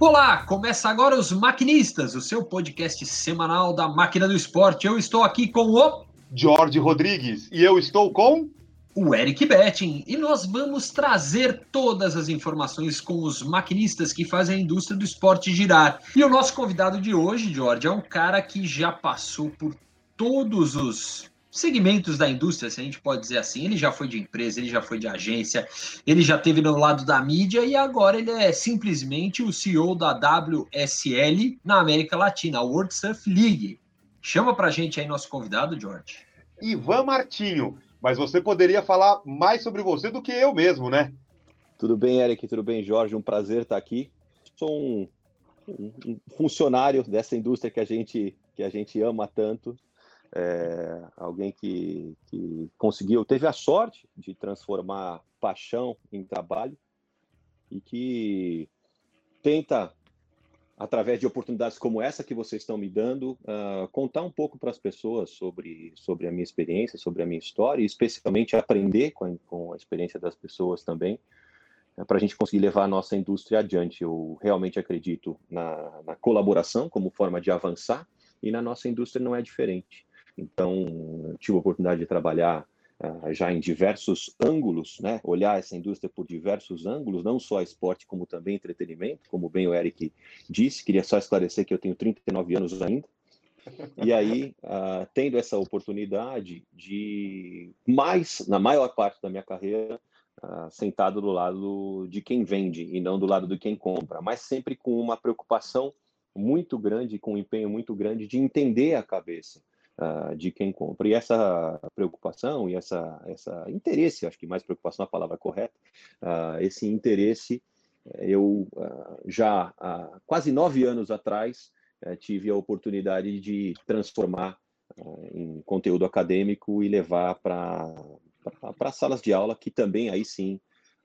Olá, começa agora os Maquinistas, o seu podcast semanal da Máquina do Esporte. Eu estou aqui com o Jorge Rodrigues e eu estou com o Eric Betting e nós vamos trazer todas as informações com os maquinistas que fazem a indústria do esporte girar. E o nosso convidado de hoje, Jorge, é um cara que já passou por todos os segmentos da indústria, se a gente pode dizer assim. Ele já foi de empresa, ele já foi de agência, ele já esteve no lado da mídia e agora ele é simplesmente o CEO da WSL na América Latina, a World Surf League. Chama pra gente aí nosso convidado, Jorge. Ivan Martinho. Mas você poderia falar mais sobre você do que eu mesmo, né? Tudo bem, Eric? Tudo bem, Jorge? Um prazer estar aqui. Sou um funcionário dessa indústria que a gente ama tanto. Alguém que conseguiu, teve a sorte de transformar paixão em trabalho e que tenta, através de oportunidades como essa que vocês estão me dando, contar um pouco para as pessoas sobre a minha experiência, sobre a minha história, e especialmente aprender com a experiência das pessoas também, para a gente conseguir levar a nossa indústria adiante. Eu realmente acredito na colaboração como forma de avançar, e na nossa indústria não é diferente. Então, eu tive a oportunidade de trabalhar já em diversos ângulos, né? Olhar essa indústria por diversos ângulos, não só esporte, como também entretenimento, como bem o Eric disse. Queria só esclarecer que eu tenho 39 anos ainda. E aí, tendo essa oportunidade de, na maior parte da minha carreira, sentado do lado de quem vende e não do lado de quem compra, mas sempre com uma preocupação muito grande, com um empenho muito grande de entender a cabeça de quem compra. E essa preocupação e essa interesse, acho que mais preocupação é a palavra correta, esse interesse, eu já há quase 9 anos atrás tive a oportunidade de transformar em conteúdo acadêmico e levar para salas de aula, que também aí sim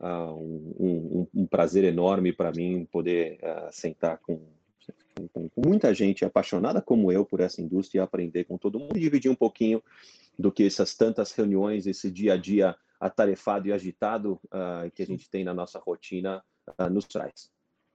um prazer enorme para mim poder sentar com muita gente apaixonada como eu por essa indústria e aprender com todo mundo e dividir um pouquinho do que essas tantas reuniões, esse dia a dia atarefado e agitado que a gente tem na nossa rotina nos traz.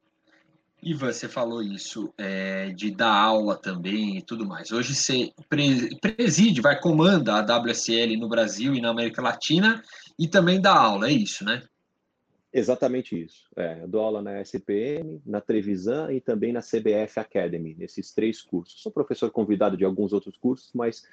E você falou isso, de dar aula também e tudo mais. Hoje você preside, comanda a WSL no Brasil e na América Latina e também dá aula, é isso, né? Exatamente isso. Eu dou aula na SPM, na Trevisan e também na CBF Academy, nesses 3 cursos. Sou professor convidado de alguns outros cursos, mas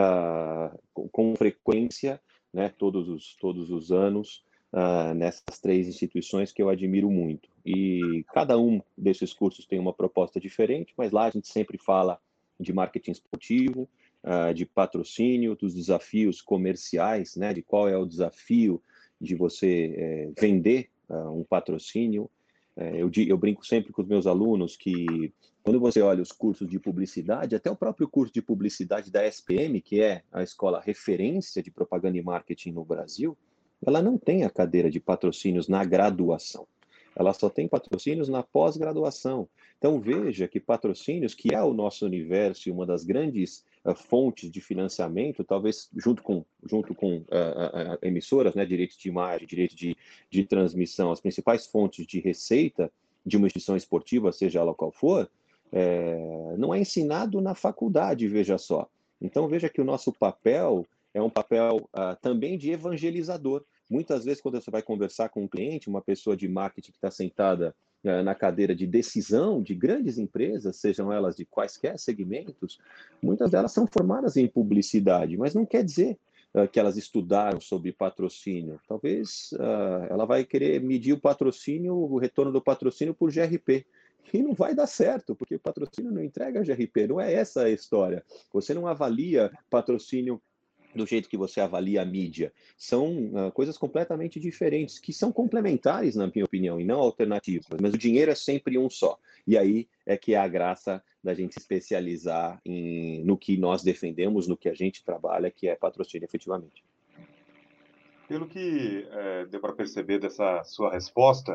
com frequência, né, todos os anos, nessas 3 instituições que eu admiro muito. E cada um desses cursos tem uma proposta diferente, mas lá a gente sempre fala de marketing esportivo, de patrocínio, dos desafios comerciais, né, de qual é o desafio de você vender um patrocínio. Eu brinco sempre com os meus alunos que quando você olha os cursos de publicidade, até o próprio curso de publicidade da SPM, que é a escola referência de propaganda e marketing no Brasil, ela não tem a cadeira de patrocínios na graduação. Ela só tem patrocínios na pós-graduação. Então veja que patrocínios, que é o nosso universo e uma das grandes fontes de financiamento, talvez junto com emissoras, né, direitos de imagem, direito de transmissão, as principais fontes de receita de uma instituição esportiva, seja ela qual for, não é ensinado na faculdade, veja só. Então veja que o nosso papel é um papel também de evangelizador. Muitas vezes, quando você vai conversar com um cliente, uma pessoa de marketing que está sentada na cadeira de decisão de grandes empresas, sejam elas de quaisquer segmentos, muitas delas são formadas em publicidade, mas não quer dizer que elas estudaram sobre patrocínio. Talvez ela vai querer medir o patrocínio, o retorno do patrocínio por GRP. E não vai dar certo, porque o patrocínio não entrega GRP, não é essa a história. Você não avalia patrocínio do jeito que você avalia a mídia. São coisas completamente diferentes, que são complementares, na minha opinião, e não alternativas. Mas o dinheiro é sempre um só. E aí é que é a graça da gente se especializar no que nós defendemos, no que a gente trabalha, que é patrocínio efetivamente. Pelo que deu para perceber dessa sua resposta,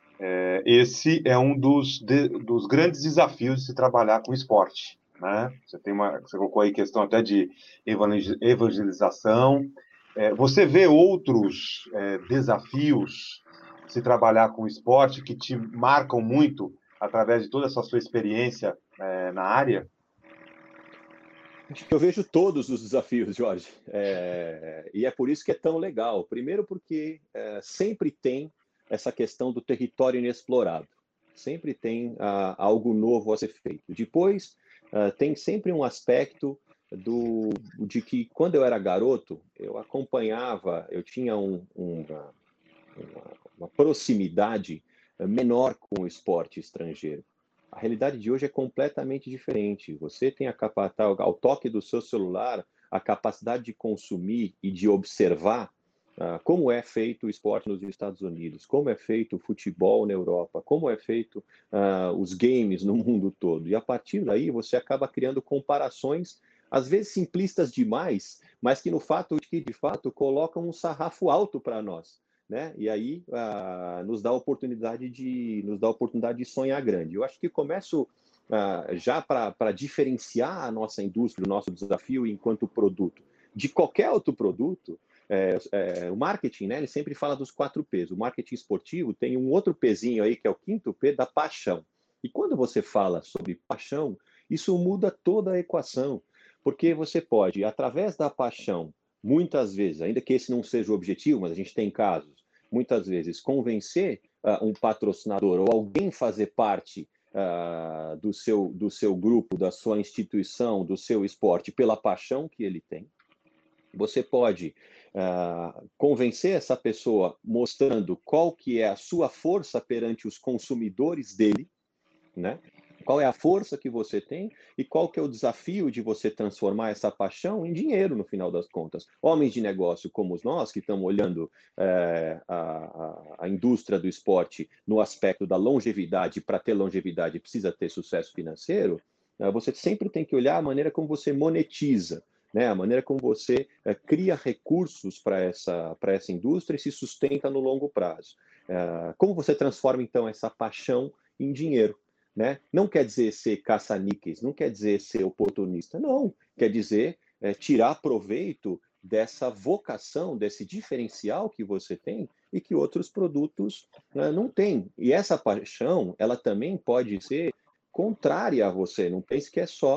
esse é um dos grandes desafios de se trabalhar com esporte. Né? Você colocou aí questão até de evangelização. Você vê outros desafios se trabalhar com esporte que te marcam muito através de toda essa sua experiência na área? Eu vejo todos os desafios, Jorge, e é por isso que é tão legal. Primeiro porque sempre tem essa questão do território inexplorado, sempre tem algo novo a ser feito. Depois, tem sempre um aspecto de que quando eu era garoto, eu acompanhava, eu tinha uma proximidade menor com o esporte estrangeiro. A realidade de hoje é completamente diferente. Você tem ao toque do seu celular, a capacidade de consumir e de observar como é feito o esporte nos Estados Unidos, como é feito o futebol na Europa, como é feito os games no mundo todo. E a partir daí você acaba criando comparações, às vezes simplistas demais, mas que no fato de fato colocam um sarrafo alto para nós. Né? E aí nos dá a oportunidade de sonhar grande. Eu acho que começo já para diferenciar a nossa indústria, o nosso desafio enquanto produto, de qualquer outro produto. O marketing, né, ele sempre fala dos 4 P's. O marketing esportivo tem um outro Pzinho aí, que é o 5º P, da paixão. E quando você fala sobre paixão, isso muda toda a equação, porque você pode, através da paixão, muitas vezes, ainda que esse não seja o objetivo, mas a gente tem casos, muitas vezes, convencer um patrocinador ou alguém fazer parte do seu grupo, da sua instituição, do seu esporte, pela paixão que ele tem. Você pode convencer essa pessoa mostrando qual que é a sua força perante os consumidores dele, né? Qual é a força que você tem e qual que é o desafio de você transformar essa paixão em dinheiro, no final das contas. Homens de negócio como nós, que estamos olhando a indústria do esporte no aspecto da longevidade, para ter longevidade precisa ter sucesso financeiro, você sempre tem que olhar a maneira como você monetiza, né? A maneira como você cria recursos para essa indústria e se sustenta no longo prazo. Como você transforma, então, essa paixão em dinheiro? Né? Não quer dizer ser caça-níqueis, não quer dizer ser oportunista, não. Quer dizer tirar proveito dessa vocação, desse diferencial que você tem e que outros produtos não têm. E essa paixão, ela também pode ser contrária a você. Não pense que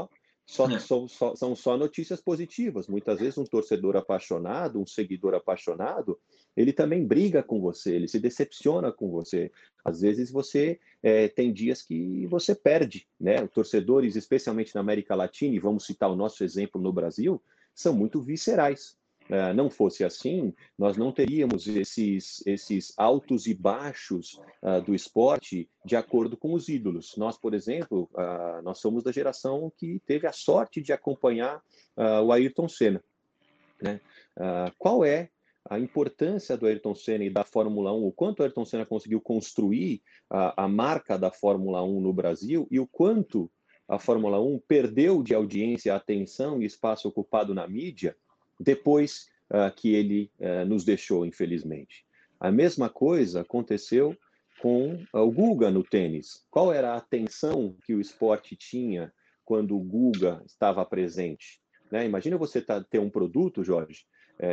são só notícias positivas. Muitas vezes um torcedor apaixonado, um seguidor apaixonado, ele também briga com você, ele se decepciona com você. Às vezes você tem dias que você perde, né? Torcedores, especialmente na América Latina, e vamos citar o nosso exemplo no Brasil, são muito viscerais. Não fosse assim, nós não teríamos esses altos e baixos do esporte de acordo com os ídolos. Nós, por exemplo, nós somos da geração que teve a sorte de acompanhar o Ayrton Senna. Né? Qual é a importância do Ayrton Senna e da Fórmula 1, o quanto o Ayrton Senna conseguiu construir a marca da Fórmula 1 no Brasil e o quanto a Fórmula 1 perdeu de audiência, atenção e espaço ocupado na mídia depois que ele nos deixou, infelizmente. A mesma coisa aconteceu com o Guga no tênis. Qual era a atenção que o esporte tinha quando o Guga estava presente? Né? Imagina você ter um produto, Jorge,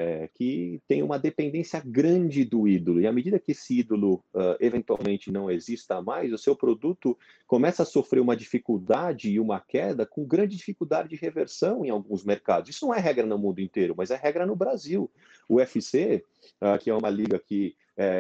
que tem uma dependência grande do ídolo, e à medida que esse ídolo eventualmente não exista mais, o seu produto começa a sofrer uma dificuldade e uma queda com grande dificuldade de reversão em alguns mercados. Isso não é regra no mundo inteiro, mas é regra no Brasil. O UFC, que é uma liga que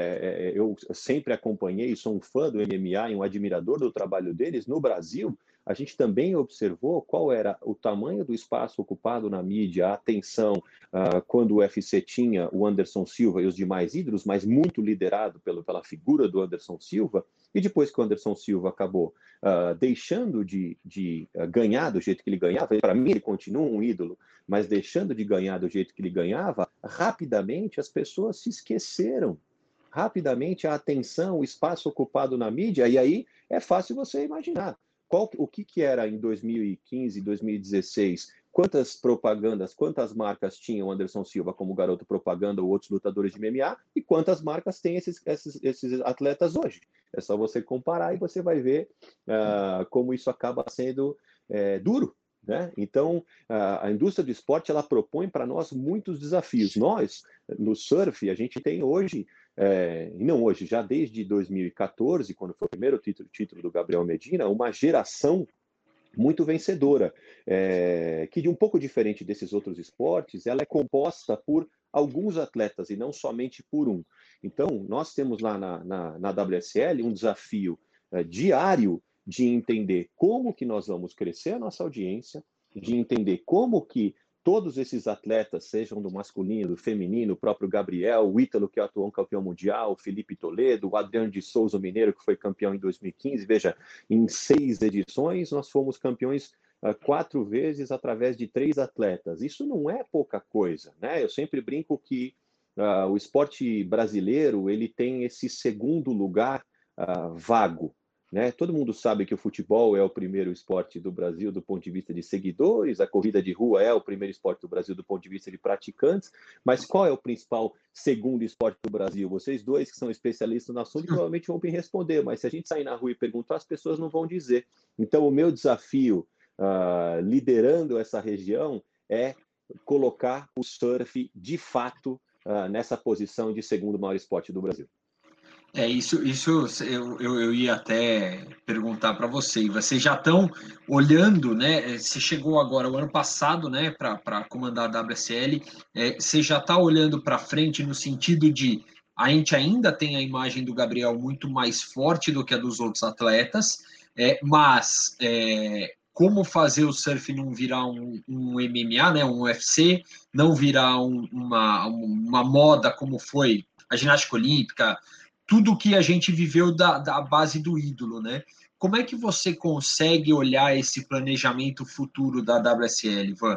eu sempre acompanhei, sou um fã do MMA e um admirador do trabalho deles, no Brasil, a gente também observou qual era o tamanho do espaço ocupado na mídia, a atenção, quando o UFC tinha o Anderson Silva e os demais ídolos, mas muito liderado pela figura do Anderson Silva, e depois que o Anderson Silva acabou deixando de ganhar do jeito que ele ganhava, para mim ele continua um ídolo, mas deixando de ganhar do jeito que ele ganhava, rapidamente as pessoas se esqueceram. Rapidamente a atenção, o espaço ocupado na mídia, e aí é fácil você imaginar. O que era em 2015, 2016? Quantas propagandas, quantas marcas tinham Anderson Silva como garoto propaganda ou outros lutadores de MMA e quantas marcas têm esses atletas hoje? É só você comparar e você vai ver como isso acaba sendo duro, né? Então, a indústria do esporte, ela propõe para nós muitos desafios. Nós, no surf, a gente tem hoje, não hoje, já desde 2014, quando foi o primeiro título do Gabriel Medina, uma geração muito vencedora, que de um pouco diferente desses outros esportes, ela é composta por alguns atletas e não somente por um. Então, nós temos lá na WSL um desafio diário de entender como que nós vamos crescer a nossa audiência, de entender como que todos esses atletas, sejam do masculino, do feminino, o próprio Gabriel, o Ítalo, que é o atual campeão mundial, o Felipe Toledo, o Adriano de Souza, o mineiro, que foi campeão em 2015. Veja, em 6 edições, nós fomos campeões 4 vezes através de 3 atletas. Isso não é pouca coisa, né? Eu sempre brinco que o esporte brasileiro ele tem esse segundo lugar vago, né? Todo mundo sabe que o futebol é o primeiro esporte do Brasil do ponto de vista de seguidores, a corrida de rua é o primeiro esporte do Brasil do ponto de vista de praticantes, mas qual é o principal segundo esporte do Brasil? Vocês dois que são especialistas no assunto provavelmente vão me responder, mas se a gente sair na rua e perguntar, as pessoas não vão dizer. Então, o meu desafio liderando essa região é colocar o surf de fato nessa posição de segundo maior esporte do Brasil. Isso eu ia até perguntar para você. Vocês já estão olhando, né? Você chegou agora o ano passado, né, para comandar a WSL. Você já está olhando para frente no sentido de a gente ainda tem a imagem do Gabriel muito mais forte do que a dos outros atletas, mas como fazer o surf não virar um MMA, né, um UFC, não virar uma moda como foi a ginástica olímpica, tudo que a gente viveu da base do ídolo, né? Como é que você consegue olhar esse planejamento futuro da WSL, Ivan?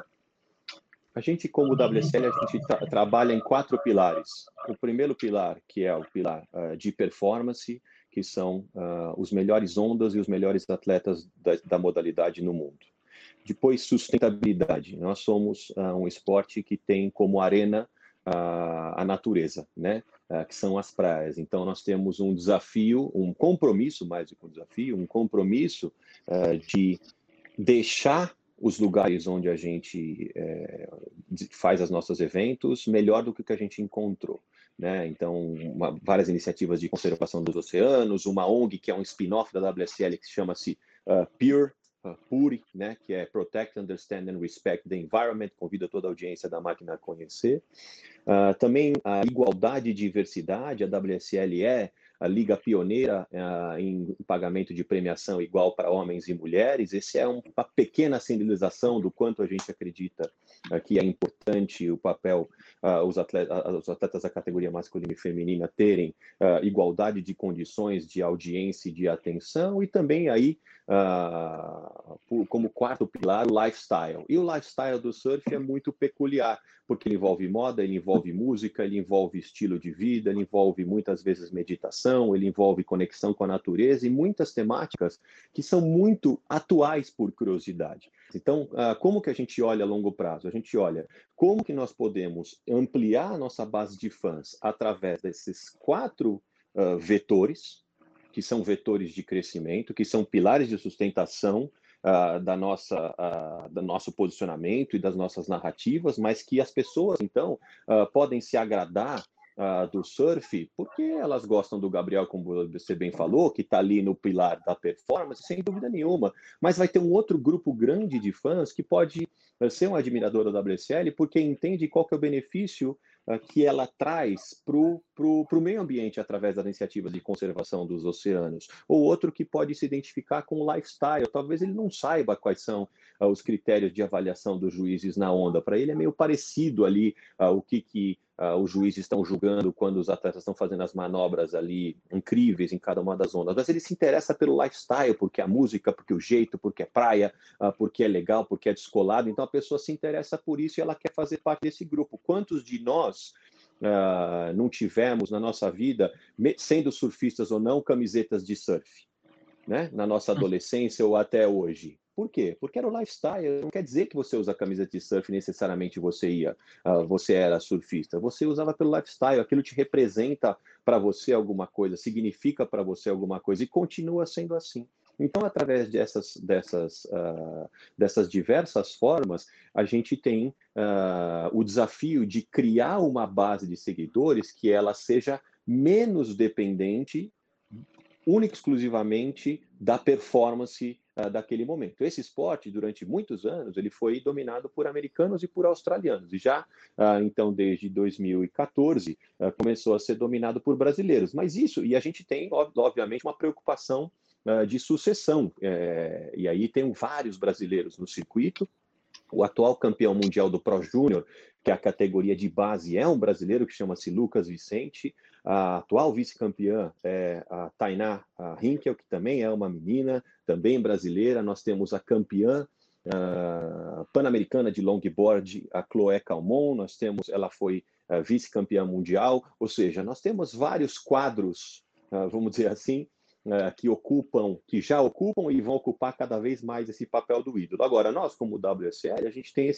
A gente, como WSL, a gente trabalha em 4 pilares. O primeiro pilar, que é o pilar de performance, que são os melhores ondas e os melhores atletas da modalidade no mundo. Depois, sustentabilidade. Nós somos um esporte que tem como arena a natureza, né? Que são as praias. Então, nós temos um desafio, um compromisso, mais do que um desafio, um compromisso de deixar os lugares onde a gente faz os nossos eventos melhor do que o que a gente encontrou. Né? Então, várias iniciativas de conservação dos oceanos, uma ONG que é um spin-off da WSL que chama-se PURI, né? Que é Protect, Understand and Respect the Environment, convido toda a audiência da máquina a conhecer. Também a igualdade e diversidade, a WSL é a liga pioneira em pagamento de premiação igual para homens e mulheres. Esse é uma pequena sinalização do quanto a gente acredita que é importante o papel, os atletas da categoria masculina e feminina terem igualdade de condições de audiência e de atenção, e também aí, como quarto pilar, o lifestyle. E o lifestyle do surf é muito peculiar, porque ele envolve moda, ele envolve música, ele envolve estilo de vida, ele envolve muitas vezes meditação, ele envolve conexão com a natureza e muitas temáticas que são muito atuais por curiosidade. Então, como que a gente olha a longo prazo? A gente olha como que nós podemos ampliar a nossa base de fãs através desses 4 vetores, que são vetores de crescimento, que são pilares de sustentação do nosso posicionamento e das nossas narrativas, mas que as pessoas, então, podem se agradar do surf porque elas gostam do Gabriel, como você bem falou, que está ali no pilar da performance, sem dúvida nenhuma, mas vai ter um outro grupo grande de fãs que pode ser um admirador da WSL porque entende qual que é o benefício que ela traz para o meio ambiente através das iniciativas de conservação dos oceanos, ou outro que pode se identificar com o lifestyle. Talvez ele não saiba quais são os critérios de avaliação dos juízes na onda. Para ele é meio parecido ali o que os juízes estão julgando quando os atletas estão fazendo as manobras ali incríveis em cada uma das ondas. Mas ele se interessa pelo lifestyle, porque é a música, porque o jeito, porque é praia, porque é legal, porque é descolado. Então a pessoa se interessa por isso e ela quer fazer parte desse grupo. Quantos de nós não tivemos na nossa vida, sendo surfistas ou não, camisetas de surf, né? Na nossa adolescência ou até hoje? Por quê? Porque era o lifestyle. Não quer dizer que você usa camiseta de surf necessariamente você era surfista. Você usava pelo lifestyle, aquilo te representa para você alguma coisa, significa para você alguma coisa e continua sendo assim. Então, através dessas diversas formas, a gente tem o desafio de criar uma base de seguidores que ela seja menos dependente única e exclusivamente da performance daquele momento. Esse esporte, durante muitos anos, ele foi dominado por americanos e por australianos. E já, então, desde 2014, começou a ser dominado por brasileiros. Mas isso, e a gente tem, obviamente, uma preocupação de sucessão. E aí tem vários brasileiros no circuito. O atual campeão mundial do Pro Júnior, que é a categoria de base, é um brasileiro que chama-se Lucas Vicente. A atual vice-campeã é a Tainá Hinkel, que também é uma menina, também brasileira. Nós temos a campeã pan-americana de longboard, a Chloé Calmon. Ela foi vice-campeã mundial. Ou seja, nós temos vários quadros, vamos dizer assim, que já ocupam e vão ocupar cada vez mais esse papel do ídolo. Agora, nós, como WSL, a gente tem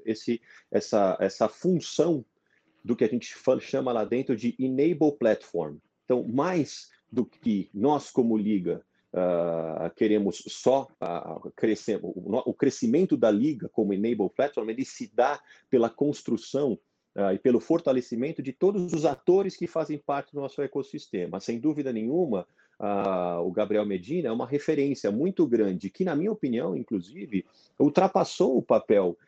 essa função do que a gente chama lá dentro de Enable Platform. Então, mais do que nós, como liga, queremos só crescer, o crescimento da liga como Enable Platform, ele se dá pela construção e pelo fortalecimento de todos os atores que fazem parte do nosso ecossistema. Sem dúvida nenhuma, o Gabriel Medina é uma referência muito grande, que, na minha opinião, inclusive, ultrapassou o papel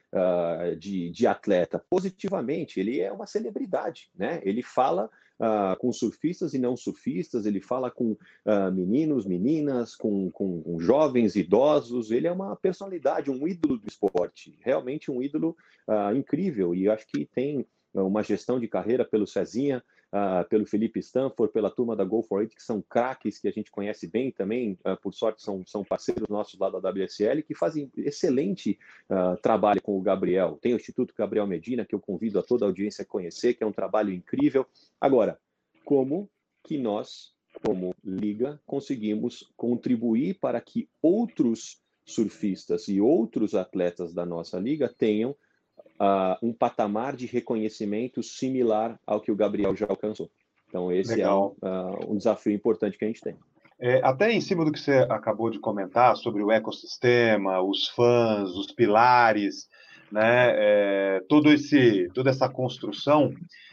de atleta positivamente. Ele é uma celebridade, né? Ele fala com surfistas e não surfistas, ele fala com meninos, meninas, com jovens, idosos. Ele é uma personalidade, um ídolo do esporte, realmente um ídolo incrível, e acho que tem uma gestão de carreira pelo Cezinha, pelo Felipe Stanford, pela turma da Go For It, que são craques que a gente conhece bem também, por sorte são parceiros nossos lá da WSL, que fazem excelente trabalho com o Gabriel. Tem o Instituto Gabriel Medina, que eu convido a toda a audiência a conhecer, que é um trabalho incrível. Agora, como que nós, como liga, conseguimos contribuir para que outros surfistas e outros atletas da nossa liga tenham um patamar de reconhecimento similar ao que o Gabriel já alcançou. Então, esse Legal. É um desafio importante que a gente tem. Até em cima do que você acabou de comentar sobre o ecossistema, os fãs, os pilares, né, toda essa construção,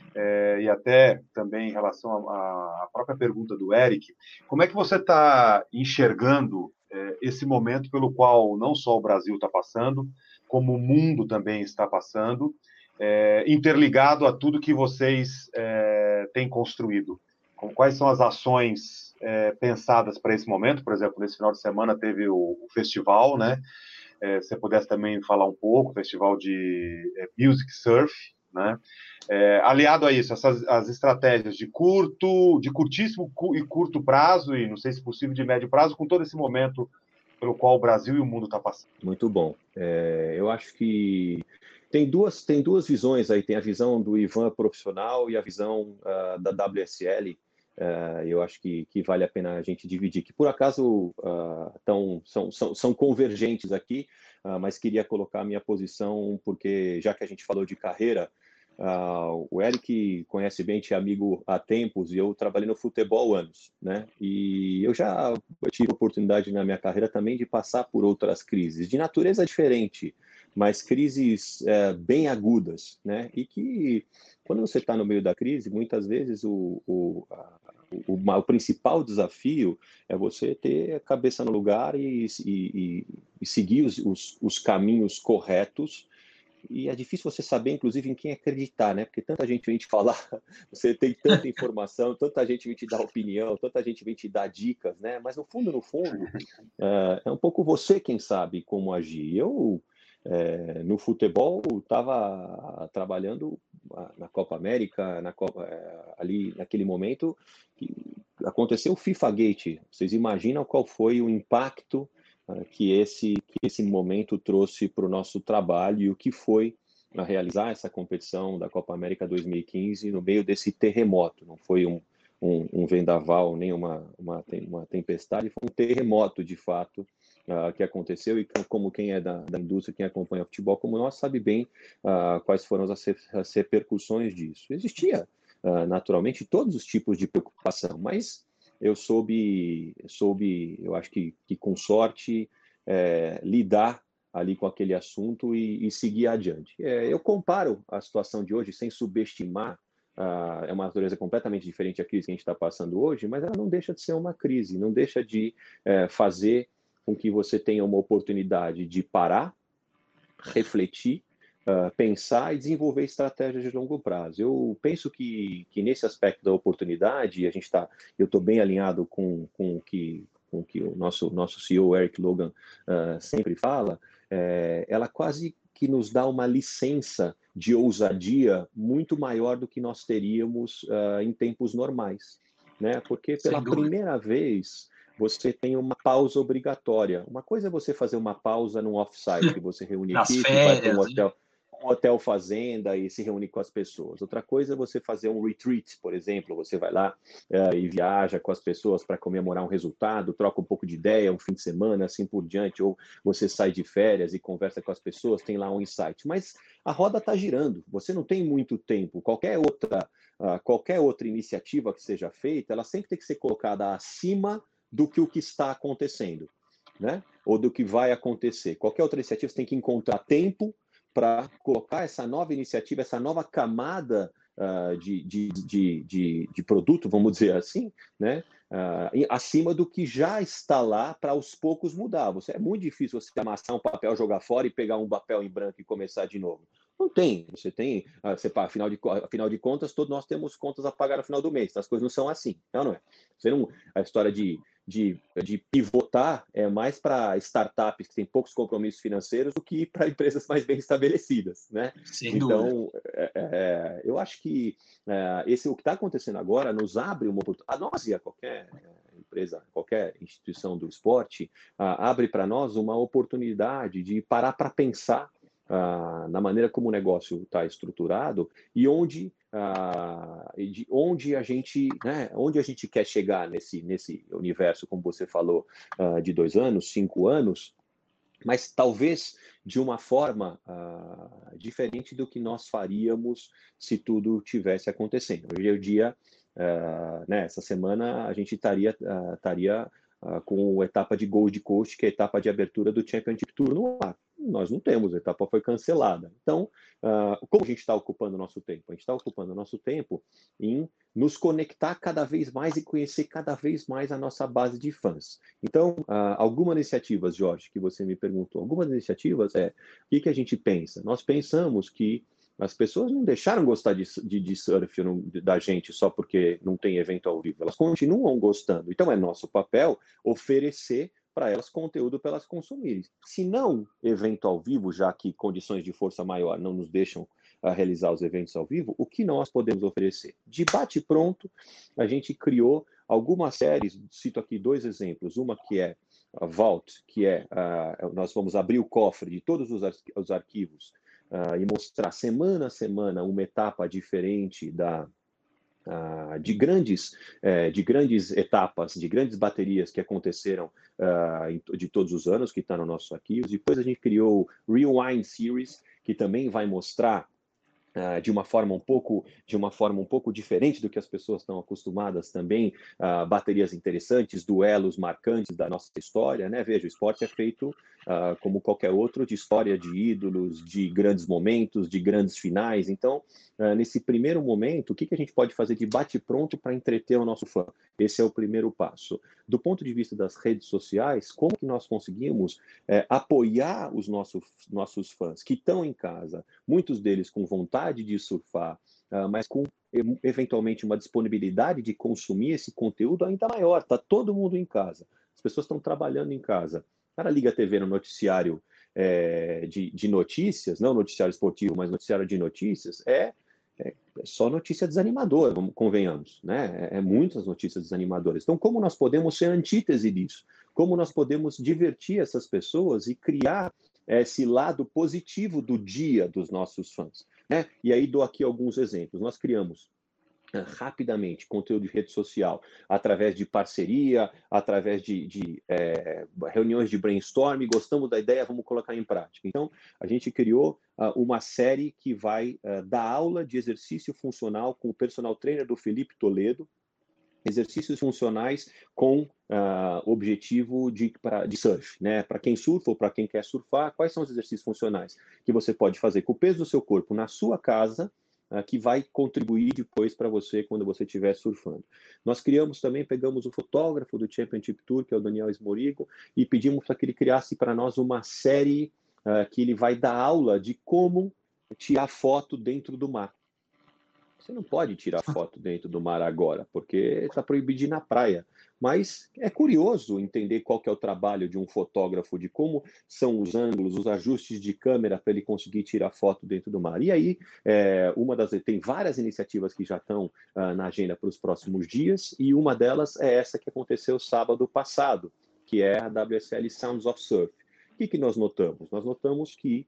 e até também em relação à própria pergunta do Eric, como é que você está enxergando esse momento pelo qual não só o Brasil está passando, como o mundo também está passando, interligado a tudo que vocês têm construído? Quais são as ações pensadas para esse momento? Por exemplo, nesse final de semana teve o festival, né? Se você pudesse também falar um pouco, festival de Music Surf, né? Aliado a isso, as estratégias de curtíssimo e curto prazo, e não sei se possível de médio prazo, com todo esse momento pelo qual o Brasil e o mundo estão passando. Muito bom. Eu acho que tem duas visões aí. Tem a visão do Ivan profissional e a visão da WSL. Eu acho que vale a pena a gente dividir, que por acaso são convergentes aqui, mas queria colocar a minha posição, porque já que a gente falou de carreira, o Eric conhece bem, é amigo há tempos, e eu trabalhei no futebol anos, né? E eu já tive oportunidade na minha carreira também de passar por outras crises, de natureza diferente, mas crises bem agudas, né? E que, quando você está no meio da crise, muitas vezes o principal desafio é você ter a cabeça no lugar e seguir os caminhos corretos. E é difícil você saber, inclusive, em quem acreditar, né? Porque tanta gente vem te falar, você tem tanta informação, tanta gente vem te dar opinião, tanta gente vem te dar dicas, né? Mas no fundo, é um pouco você quem sabe como agir. Eu, no futebol, estava trabalhando na Copa América, ali naquele momento, que aconteceu o FIFA Gate. Vocês imaginam qual foi o impacto que esse momento trouxe para o nosso trabalho e o que foi a realizar essa competição da Copa América 2015 no meio desse terremoto. Não foi um vendaval, nem uma tempestade, foi um terremoto, de fato, que aconteceu, e como quem é da indústria, quem acompanha o futebol como nós, sabe bem quais foram as repercussões disso. Existia, naturalmente, todos os tipos de preocupação, mas eu soube, eu acho que com sorte, lidar ali com aquele assunto e seguir adiante. Eu comparo a situação de hoje sem subestimar. É uma natureza completamente diferente da crise que a gente está passando hoje, mas ela não deixa de ser uma crise, não deixa de fazer com que você tenha uma oportunidade de parar, refletir, pensar e desenvolver estratégias de longo prazo. Eu penso que nesse aspecto da oportunidade, eu estou bem alinhado com o que o nosso CEO, Eric Logan, sempre fala, ela quase que nos dá uma licença de ousadia muito maior do que nós teríamos em tempos normais, né? Porque pela primeira vez você tem uma pausa obrigatória. Uma coisa é você fazer uma pausa num off-site, que você reúne equipe, vai para um hotel fazenda e se reúne com as pessoas. Outra coisa é você fazer um retreat, por exemplo, você vai lá e viaja com as pessoas para comemorar um resultado, troca um pouco de ideia, um fim de semana, assim por diante, ou você sai de férias e conversa com as pessoas, tem lá um insight. Mas a roda está girando, você não tem muito tempo. Qualquer outra iniciativa que seja feita, ela sempre tem que ser colocada acima do que o que está acontecendo, né? Ou do que vai acontecer. Qualquer outra iniciativa você tem que encontrar tempo para colocar essa nova iniciativa, essa nova camada de produto, vamos dizer assim, né? Acima do que já está lá para aos poucos mudar. É muito difícil você amassar um papel, jogar fora e pegar um papel em branco e começar de novo. Não tem. Afinal de contas, todos nós temos contas a pagar no final do mês. As coisas não são assim. Não é? A história de pivotar é mais para startups que têm poucos compromissos financeiros do que para empresas mais bem estabelecidas, né? Sem dúvida. Então, eu acho que o que está acontecendo agora nos abre uma oportunidade. A nós e a qualquer empresa, qualquer instituição do esporte, abre para nós uma oportunidade de parar para pensar na maneira como o negócio está estruturado e de onde a gente quer chegar nesse universo, como você falou, de 2 anos, 5 anos, mas talvez de uma forma diferente do que nós faríamos se tudo tivesse acontecendo. Hoje é o dia, essa semana a gente estaria com a etapa de Gold Coast, que é a etapa de abertura do Championship Tour no ar. Nós não temos, a etapa foi cancelada. Então, como a gente está ocupando o nosso tempo? A gente está ocupando o nosso tempo em nos conectar cada vez mais e conhecer cada vez mais a nossa base de fãs. Então, algumas iniciativas, Jorge, que você me perguntou, algumas iniciativas o que a gente pensa? Nós pensamos que as pessoas não deixaram gostar de surf da gente só porque não tem evento ao vivo. Elas continuam gostando. Então, é nosso papel oferecer para elas conteúdo para elas consumirem. Se não evento ao vivo, já que condições de força maior não nos deixam realizar os eventos ao vivo, o que nós podemos oferecer? De bate-pronto, a gente criou algumas séries, cito aqui 2 exemplos. Uma que é a Vault, que nós vamos abrir o cofre de todos os arquivos e mostrar semana a semana uma etapa diferente de grandes etapas, de grandes baterias que aconteceram de todos os anos, que está no nosso arquivo. Depois a gente criou o Rewind Series, que também vai mostrar de uma forma um pouco diferente do que as pessoas estão acostumadas também, baterias interessantes, duelos marcantes da nossa história, né? Veja, o esporte é feito como qualquer outro, de história de ídolos, de grandes momentos, de grandes finais. Então, nesse primeiro momento, o que a gente pode fazer de bate-pronto para entreter o nosso fã? Esse é o primeiro passo. Do ponto de vista das redes sociais, como que nós conseguimos apoiar os nossos fãs que estão em casa, muitos deles com vontade de surfar, mas com eventualmente uma disponibilidade de consumir esse conteúdo ainda maior. Está todo mundo em casa. As pessoas estão trabalhando em casa. O cara liga a TV no noticiário de notícias, não noticiário esportivo, mas noticiário de notícias, é só notícia desanimadora, convenhamos, né? Muitas notícias desanimadoras. Então, como nós podemos ser antítese disso? Como nós podemos divertir essas pessoas e criar esse lado positivo do dia dos nossos fãs, né? E aí dou aqui alguns exemplos. Nós criamos rapidamente conteúdo de rede social, através de parceria, através de reuniões de brainstorming, gostamos da ideia, vamos colocar em prática. Então, a gente criou uma série que vai dar aula de exercício funcional com o personal trainer do Felipe Toledo, exercícios funcionais com objetivo de surf, né? Para quem surfa ou para quem quer surfar, quais são os exercícios funcionais que você pode fazer com o peso do seu corpo na sua casa, que vai contribuir depois para você quando você estiver surfando. Nós criamos também, pegamos o fotógrafo do Championship Tour, que é o Daniel Esmorigo, e pedimos para que ele criasse para nós uma série que ele vai dar aula de como tirar foto dentro do mar. Você não pode tirar foto dentro do mar agora, porque está proibido ir na praia. Mas é curioso entender qual que é o trabalho de um fotógrafo, de como são os ângulos, os ajustes de câmera para ele conseguir tirar foto dentro do mar. E aí, tem várias iniciativas que já estão na agenda para os próximos dias, e uma delas é essa que aconteceu sábado passado, que é a WSL Sounds of Surf. O que nós notamos? Nós notamos que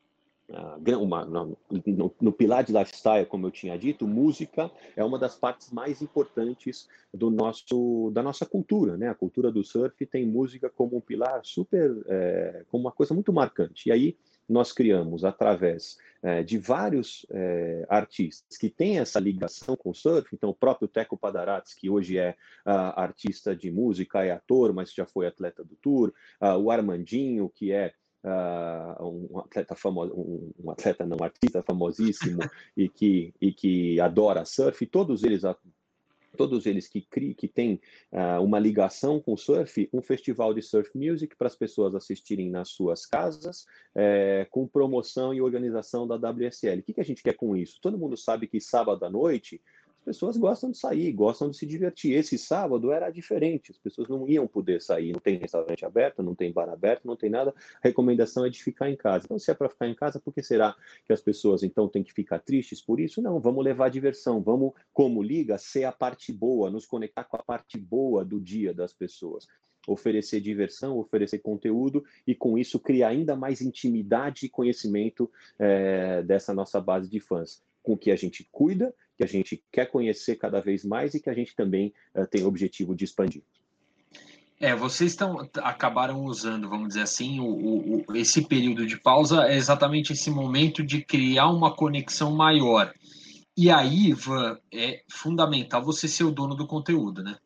no pilar de lifestyle, como eu tinha dito, música é uma das partes mais importantes da nossa cultura, né? A cultura do surf tem música como um pilar como uma coisa muito marcante. E aí nós criamos, através de vários artistas que têm essa ligação com o surf, então o próprio Teco Padarates, que hoje é artista de música, é ator, mas já foi atleta do Tour, o Armandinho, que é um atleta não, um artista famosíssimo e que adora surf, todos eles que têm uma ligação com o surf, um festival de surf music para as pessoas assistirem nas suas casas, com promoção e organização da WSL. O que a gente quer com isso? Todo mundo sabe que sábado à noite as pessoas gostam de sair, gostam de se divertir. Esse sábado era diferente, as pessoas não iam poder sair, não tem restaurante aberto, não tem bar aberto, não tem nada. A recomendação é de ficar em casa. Então, se é para ficar em casa, por que será que as pessoas então têm que ficar tristes por isso? Não, vamos levar diversão, vamos, como liga, ser a parte boa, nos conectar com a parte boa do dia das pessoas. Oferecer diversão, oferecer conteúdo e, com isso, criar ainda mais intimidade e conhecimento dessa nossa base de fãs, com que a gente cuida, que a gente quer conhecer cada vez mais e que a gente também tem o objetivo de expandir. Vocês acabaram usando, vamos dizer assim, esse período de pausa é exatamente esse momento de criar uma conexão maior. E aí, Ivan, é fundamental você ser o dono do conteúdo, né?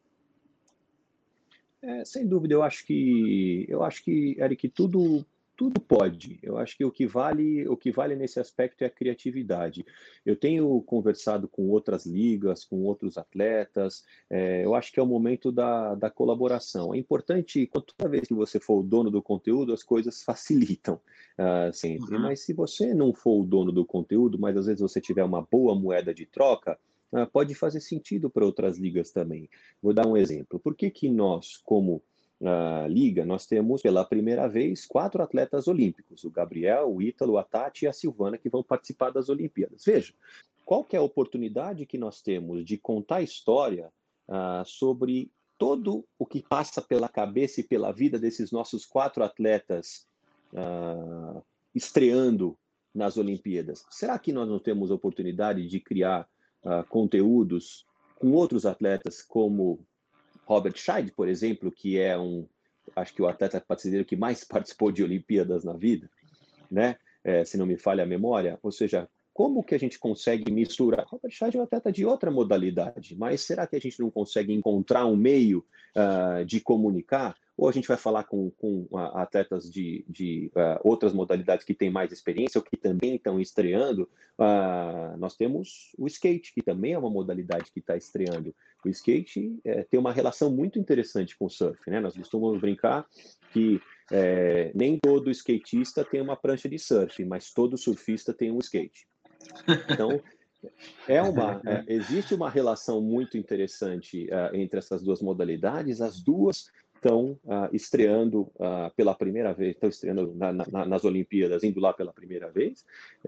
Sem dúvida, eu acho que, Eric, tudo pode. Eu acho que o que vale nesse aspecto é a criatividade. Eu tenho conversado com outras ligas, com outros atletas. Eu acho que é o momento da colaboração. É importante, toda vez que você for o dono do conteúdo, as coisas facilitam sempre. Uhum. Mas se você não for o dono do conteúdo, mas às vezes você tiver uma boa moeda de troca, pode fazer sentido para outras ligas também. Vou dar um exemplo. Por que nós, como liga, nós temos pela primeira vez 4 atletas olímpicos, o Gabriel, o Ítalo, a Tati e a Silvana, que vão participar das Olimpíadas? Veja, qual que é a oportunidade que nós temos de contar a história sobre todo o que passa pela cabeça e pela vida desses nossos 4 atletas estreando nas Olimpíadas? Será que nós não temos a oportunidade de criar conteúdos com outros atletas como Robert Scheid, por exemplo, que é acho que o atleta brasileiro que mais participou de Olimpíadas na vida, né? Se não me falha a memória. Ou seja, como que a gente consegue misturar? Robert Scheid é um atleta de outra modalidade, mas será que a gente não consegue encontrar um meio de comunicar? Ou a gente vai falar com atletas de outras modalidades que têm mais experiência ou que também estão estreando? Nós temos o skate, que também é uma modalidade que está estreando. O skate tem uma relação muito interessante com o surf, né? Nós costumamos brincar que nem todo skatista tem uma prancha de surf, mas todo surfista tem um skate. Então, existe uma relação muito interessante entre essas duas modalidades. As duas estão estreando pela primeira vez, estão estreando nas Olimpíadas, indo lá pela primeira vez.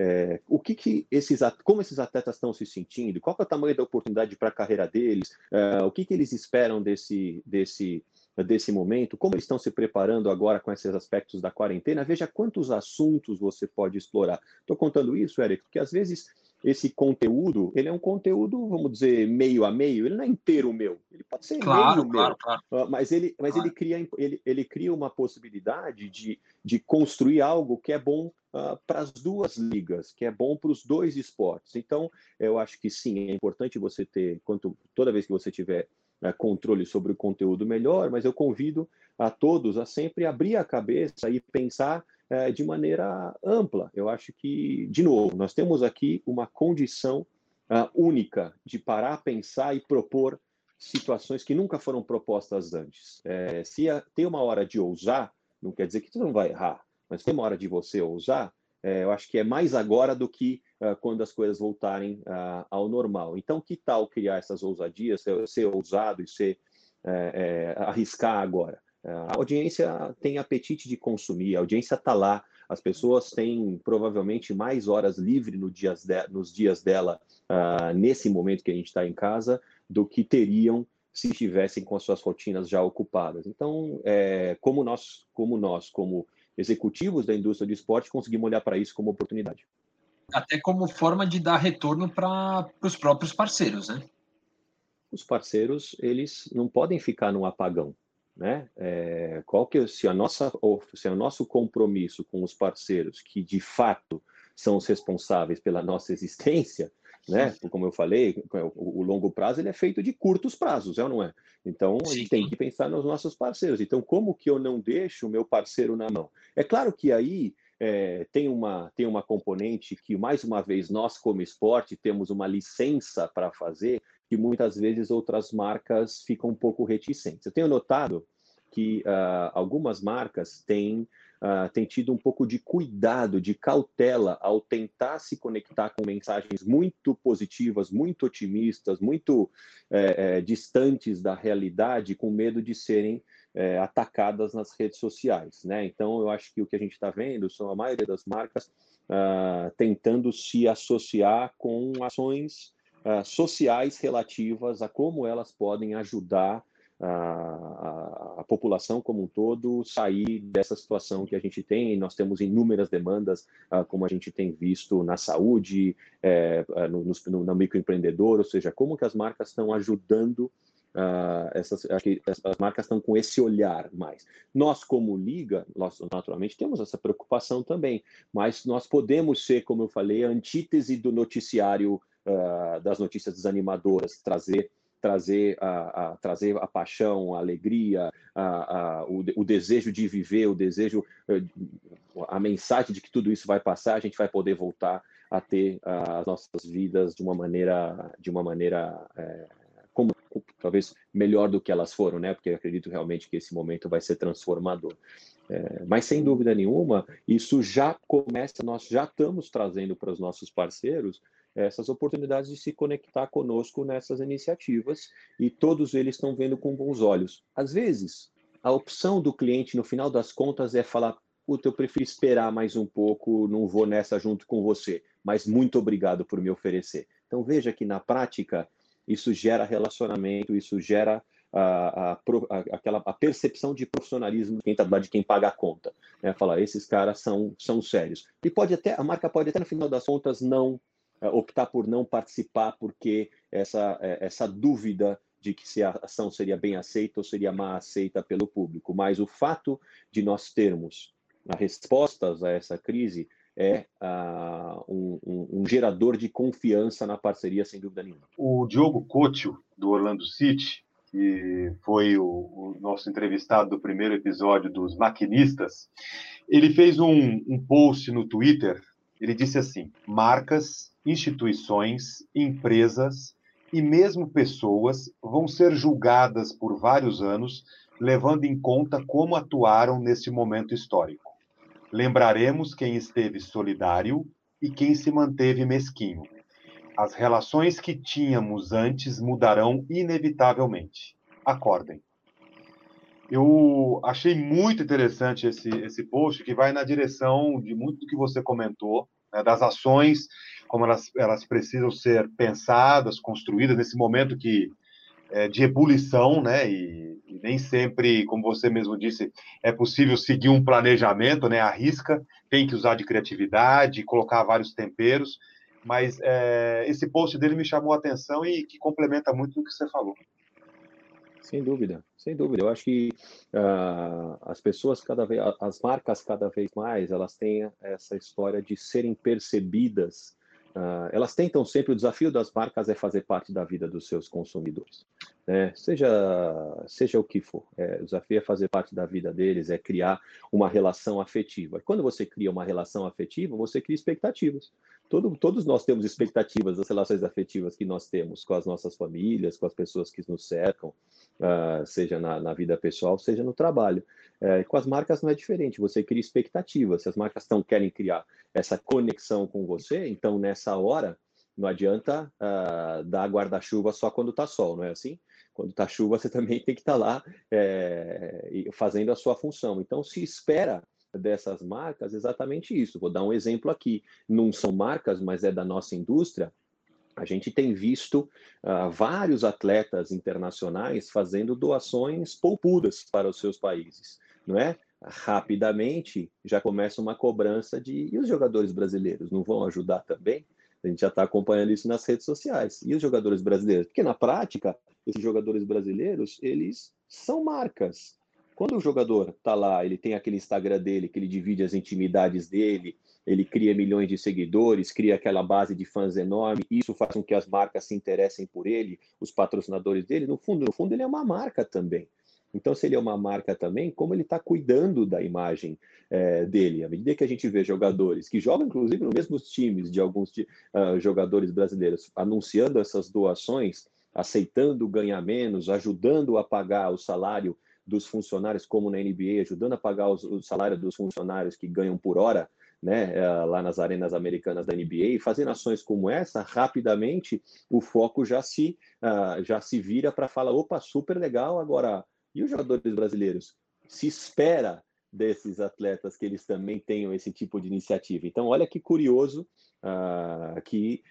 Como esses atletas estão se sentindo? Qual é o tamanho da oportunidade para a carreira deles? O que eles esperam desse momento? Como eles estão se preparando agora com esses aspectos da quarentena? Veja quantos assuntos você pode explorar. Estou contando isso, Eric, porque às vezes esse conteúdo, ele é um conteúdo, vamos dizer, meio a meio, ele não é inteiro meu, ele pode ser meio meu, mas ele cria uma possibilidade de construir algo que é bom para as duas ligas, que é bom para os dois esportes. Então, eu acho que sim, é importante você ter, toda vez que você tiver controle sobre o conteúdo melhor, mas eu convido a todos a sempre abrir a cabeça e pensar de maneira ampla. Eu acho que, de novo, nós temos aqui uma condição única de parar, pensar e propor situações que nunca foram propostas antes. Se tem uma hora de ousar, não quer dizer que você não vai errar, mas tem uma hora de você ousar, eu acho que é mais agora do que quando as coisas voltarem ao normal. Então, que tal criar essas ousadias, ser ousado e arriscar agora? A audiência tem apetite de consumir, a audiência está lá, as pessoas têm provavelmente mais horas livres nos dias dela, nesse momento que a gente está em casa, do que teriam se estivessem com as suas rotinas já ocupadas. Então, como executivos da indústria do esporte, conseguimos olhar para isso como oportunidade. Até como forma de dar retorno para os próprios parceiros, né? Os parceiros, eles não podem ficar num apagão, né? Se o nosso compromisso com os parceiros, que de fato são os responsáveis pela nossa existência, né? Como eu falei, o longo prazo ele é feito de curtos prazos, é ou não é? Então a gente tem que pensar nos nossos parceiros. Então, como que eu não deixo o meu parceiro na mão? É claro que aí tem uma componente que, mais uma vez, nós como esporte temos uma licença para fazer, que muitas vezes outras marcas ficam um pouco reticentes. Eu tenho notado que algumas marcas têm tido um pouco de cuidado, de cautela ao tentar se conectar com mensagens muito positivas, muito otimistas, muito distantes da realidade, com medo de serem atacadas nas redes sociais, né? Então, eu acho que o que a gente está vendo são a maioria das marcas tentando se associar com ações sociais relativas a como elas podem ajudar a população como um todo sair dessa situação que a gente tem. Nós temos inúmeras demandas, como a gente tem visto na saúde, no microempreendedor, ou seja, como que as marcas estão ajudando. As marcas estão com esse olhar mais. Nós, como liga, nós naturalmente temos essa preocupação também, mas nós podemos ser, como eu falei, a antítese do noticiário, das notícias desanimadoras, trazer a paixão, a alegria, o desejo de viver, a mensagem de que tudo isso vai passar, a gente vai poder voltar a ter as nossas vidas de uma maneira como talvez melhor do que elas foram, né? Porque eu acredito realmente que esse momento vai ser transformador. Mas, sem dúvida nenhuma, isso já começa, nós já estamos trazendo para os nossos parceiros essas oportunidades de se conectar conosco nessas iniciativas, e todos eles estão vendo com bons olhos. Às vezes, a opção do cliente, no final das contas, é falar: puta, eu prefiro esperar mais um pouco, não vou nessa junto com você, mas muito obrigado por me oferecer. Então, veja que, na prática, isso gera relacionamento, isso gera a percepção de profissionalismo de quem está do lado de quem paga a conta. Né? Falar, esses caras são sérios. E a marca pode até, no final das contas, não optar por não participar, porque essa dúvida de que se a ação seria bem aceita ou seria mal aceita pelo público. Mas o fato de nós termos respostas a essa crise é um gerador de confiança na parceria, sem dúvida nenhuma. O Diogo Couto, do Orlando City, que foi o nosso entrevistado do primeiro episódio dos Maquinistas, ele fez um post no Twitter. Ele disse assim: marcas, instituições, empresas e mesmo pessoas vão ser julgadas por vários anos, levando em conta como atuaram neste momento histórico. Lembraremos quem esteve solidário e quem se manteve mesquinho. As relações que tínhamos antes mudarão inevitavelmente. Acordem. Eu achei muito interessante esse post, que vai na direção de muito do que você comentou, né, das ações, como elas precisam ser pensadas, construídas nesse momento de ebulição, né? E nem sempre, como você mesmo disse, é possível seguir um planejamento, né? À risca, tem que usar de criatividade, colocar vários temperos, mas esse post dele me chamou a atenção e que complementa muito o que você falou. Sem dúvida, sem dúvida. Eu acho que as marcas cada vez mais, elas têm essa história de serem percebidas elas tentam sempre, o desafio das marcas é fazer parte da vida dos seus consumidores, né? Seja o que for, o desafio é fazer parte da vida deles, é criar uma relação afetiva. E quando você cria uma relação afetiva, você cria expectativas. Todos nós temos expectativas das relações afetivas que nós temos com as nossas famílias, com as pessoas que nos cercam, seja na vida pessoal, seja no trabalho. Com as marcas não é diferente, você cria expectativas. Se as marcas querem criar essa conexão com você, então nessa hora não adianta dar guarda-chuva só quando está sol, não é assim? Quando está chuva, você também tem que estar lá fazendo a sua função. Então se espera dessas marcas exatamente isso. Vou dar um exemplo aqui. Não são marcas, mas é da nossa indústria. A gente tem visto vários atletas internacionais fazendo doações poupudas para os seus países, não é? Rapidamente já começa uma cobrança e os jogadores brasileiros não vão ajudar também? A gente já está acompanhando isso nas redes sociais. E os jogadores brasileiros? Porque na prática, esses jogadores brasileiros, eles são marcas. Quando o jogador está lá, ele tem aquele Instagram dele, que ele divide as intimidades dele, ele cria milhões de seguidores, cria aquela base de fãs enorme, isso faz com que as marcas se interessem por ele, os patrocinadores dele, no fundo, ele é uma marca também. Então, se ele é uma marca também, como ele está cuidando da imagem dele? À medida que a gente vê jogadores que jogam, inclusive, nos mesmos times de alguns jogadores brasileiros, anunciando essas doações, aceitando ganhar menos, ajudando a pagar o salário dos funcionários, como na NBA, ajudando a pagar o salário dos funcionários que ganham por hora, né, lá nas arenas americanas da NBA, fazendo ações como essa, rapidamente o foco já se vira para falar, opa, super legal, agora, e os jogadores brasileiros? Se espera desses atletas que eles também tenham esse tipo de iniciativa. Então, olha que curioso que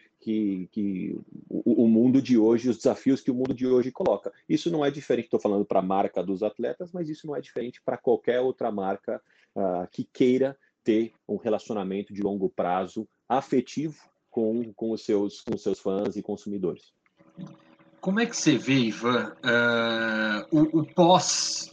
o mundo de hoje, os desafios que o mundo de hoje coloca. Isso não é diferente, estou falando para a marca dos atletas, mas isso não é diferente para qualquer outra marca que queira ter um relacionamento de longo prazo afetivo com os seus fãs e consumidores. Como é que você vê, Ivan, o pós,